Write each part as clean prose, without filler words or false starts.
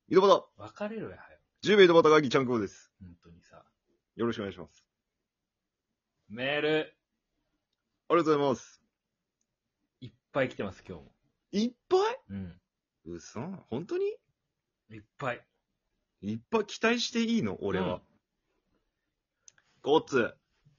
井戸端、 別れろや、はよ。 10名井戸端会議ちゃんこです。 本当にさ。 よろしくお願いします。 メール、 ありがとうございます。 いっぱい来てます、今日も。 いっぱいうん。 嘘本当にいっぱい。 いっぱい期待していいの俺は。 うんゴッツ。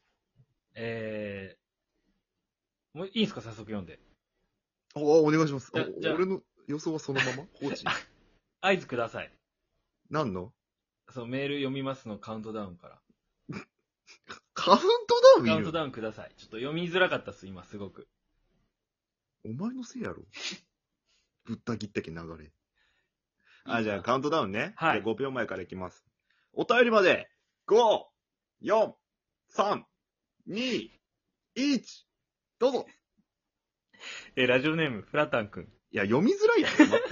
もういいんすか、早速読んで。 お願いします。 じゃあ俺の予想はそのまま放置合図ください。 何のそう、メール読みますのカウントダウンから。 カウントダウンいるカウントダウンください。ちょっと読みづらかったっす、今、すごく。 お前のせいやろ。ぶった切ったけ流れ。 いいかじゃあカウントダウンね。 はいじゃあ5秒前からいきます。お便りまで、5、4、3、2、1、どうぞ。 ラジオネーム、フラタンくん。 いや、読みづらいやん。待って。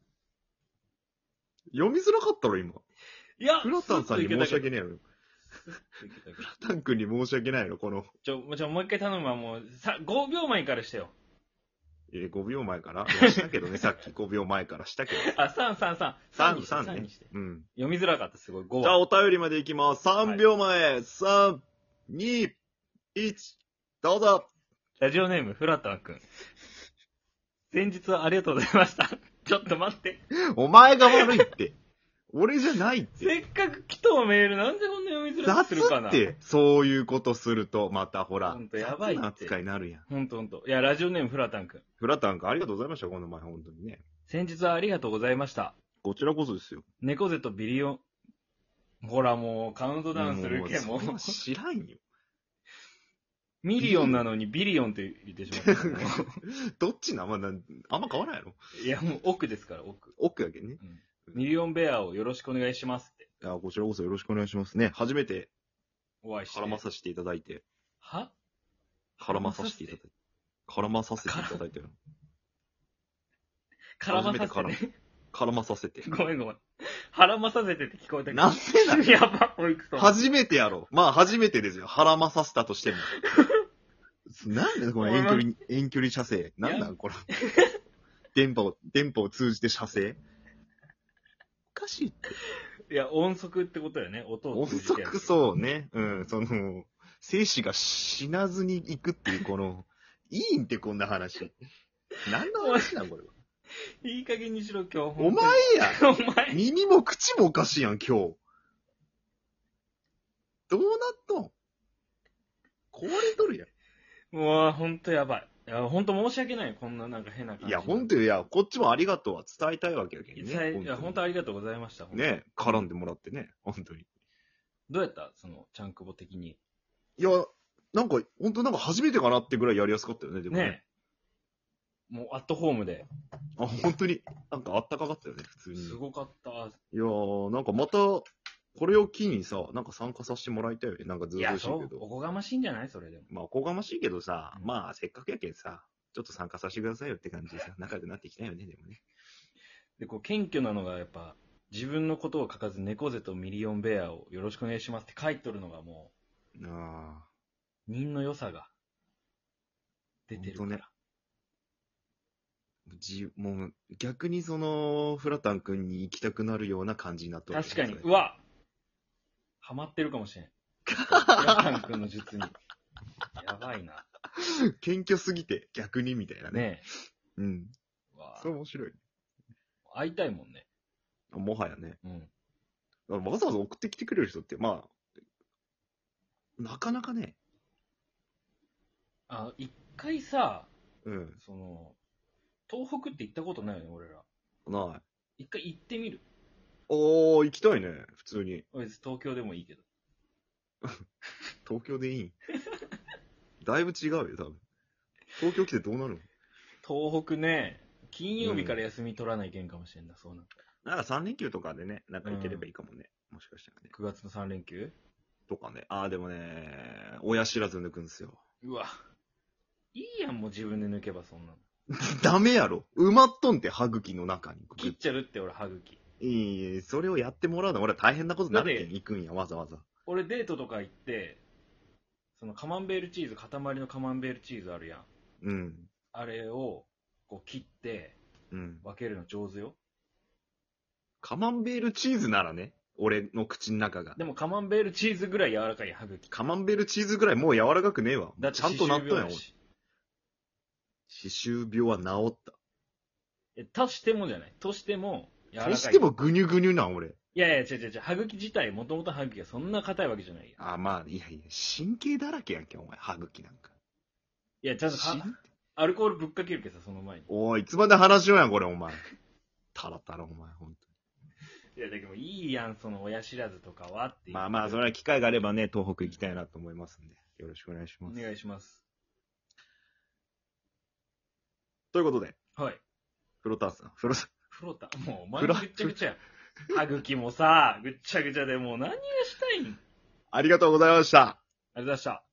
読みづらかったろ、今。 いや、 フラタンさんに申し訳ねねえよ。フラタン君に申し訳ないの、この。 もう一回頼むわ、もう、5秒前からしてよ。 5秒前からしたけどね、さっき5秒前からしたけど。 あ、3にして、3にして。 うん。 読みづらかった、すごい。5 じゃあ、 は。 お便りまでいきます。3秒前、3、2、1、どうぞ。 ラジオネーム、フラタンくん。先日はありがとうございました。ちょっと待って。 お前が悪いって。俺じゃないって。 せっかく来たメール、なんでこんな読みづらくするかな。 雑って、そういうことすると、またほら、 ほんとやばいって雑な扱いになるやん。 ほんと。いや、ラジオネーム、フラタンくん。 フラタン君ありがとうございました、この前、本当にね。 先日はありがとうございました。 こちらこそですよ。 猫背とビリオン。ほら、もう、カウントダウンするけもそれは知らんよ。 ミリオンなのにビリオンって言ってしまった。もどっちな、まあ、あんま変わらんやろ。 ういや、もう奥ですから、奥。 奥やけんね。 ミリオンベアをよろしくお願いしますって。 いや、こちらこそよろしくお願いしますね。初めてお会いして。 絡まさせていただいて。 は絡まさせていただいて。絡まさせていただいて。 絡まさせてね。 絡まさせて。 ごめん。絡まさせてって聞こえたけど。 なんでなのやば、おいくそ。 初めてやろ。まあ、初めてですよ。絡まさせたとしても。なんでこの遠距離射精。なんなんこれ。電波を通じて射精おかしいって。 いや、音速ってことだよね。音を音通じてやる。 速そうね。うん、生死が死なずに行くっていう、いいんってこんな話。何の話なんこれは。 いい加減にしろ、今日。 お前や。 お前。 耳も口もおかしいやん、今日。どうなったん壊れとるやん。 もう、ほんとやばい。いや、ほんと申し訳ない。こんななんか変な感じ。 いや、ほんとよ、こっちもありがとうは伝えたいわけやけんね。 いや、ほんとありがとうございました。 ね絡んでもらってね、本当に。 どうやったチャンクボ的に。 いや、なんか、本当なんか初めてかなってぐらいやりやすかったよね、でもね。 ねもう、アットホームで。 本当に、なんかあったかかったよね、普通に。 すごかった。 いやー、なんかまた、これを機にさ、なんか参加させてもらいたいよね。なんかずうずうしいけど。 おこがましいんじゃないそれでも。 まあ、おこがましいけどさ、 うんまあ、せっかくやけんさ、ちょっと参加させてくださいよって感じでさ、仲良くなっていきたいよね、でもね。 で、謙虚なのがやっぱ、自分のことを書かず、猫背とミリオンベアをよろしくお願いしますって書いとるのがもあう、人の良さが出てるから。 ほんとねもう、逆にフラタン君に行きたくなるような感じになっとる。 確かに。うわハマってるかもしれん。フラタン君の術に。やばいな。 謙虚すぎて、逆にみたいなね。 ねうん。 え。わそれ面白い。 会いたいもんね。 もはやね。 うん。 わざわざ送ってきてくれる人って、まあ、なかなかね。 一回さ、 うん。 東北って行ったことないよね、俺ら。 ない。 一回行ってみる。 行きたいね、普通に。 別に東京でもいいけど。 東京でいいだいぶ違うよ、多分。東京来てどうなるの東北ね、金曜日から休み取らないけんかもしれんな、そうなったら。 なんか3連休とかでね、なんか行ければいいかもね。もしかしたらね。 9月の3連休とかね。でもね、親知らず抜くんですよ。 うわ。いいやん、もう自分で抜けばそんなの。 ダメやろ。埋まっとんて、歯茎の中に。 切っちゃるって俺、歯茎。 いい、それをやってもらうの俺は大変なことになるけんだって行くんや、わざわざ。 俺デートとか行って、カマンベールチーズ、塊のカマンベールチーズあるやん。 うん。 あれを、こう切って、 うん。 分けるの上手よ。 カマンベールチーズならね、俺の口の中が。 でもカマンベールチーズぐらい柔らかい歯茎。 カマンベールチーズぐらいもう柔らかくねえわ。 だってちゃんとなったんや、俺。 歯周病だし歯周病は治った。 としてもじゃない。としても柔らかい。 そしてもグニュグニュなん、俺。 いやいや、違う違う違う。歯茎自体、もともと歯茎がそんな硬いわけじゃないよ。 あ、まあ、いやいや、神経だらけやんけ、お前、歯茎なんか。 いや、ちゃんとアルコールぶっかけるけどさ、その前に。 おい、いつまで話しようやん、これ、お前。たらたら、お前、ほんといや、だけどいいやん、その親知らずとかはっていう。 まあまあ、それは機会があればね、東北行きたいなと思いますんで、よろしくお願いします。 お願いします。 ということで、 はい。 フロターさん、 フロタ、もうお前もぐっちゃぐちゃや。歯茎もさ、ぐっちゃぐちゃでもう何がしたいん。 ありがとうございました。 ありがとうございました。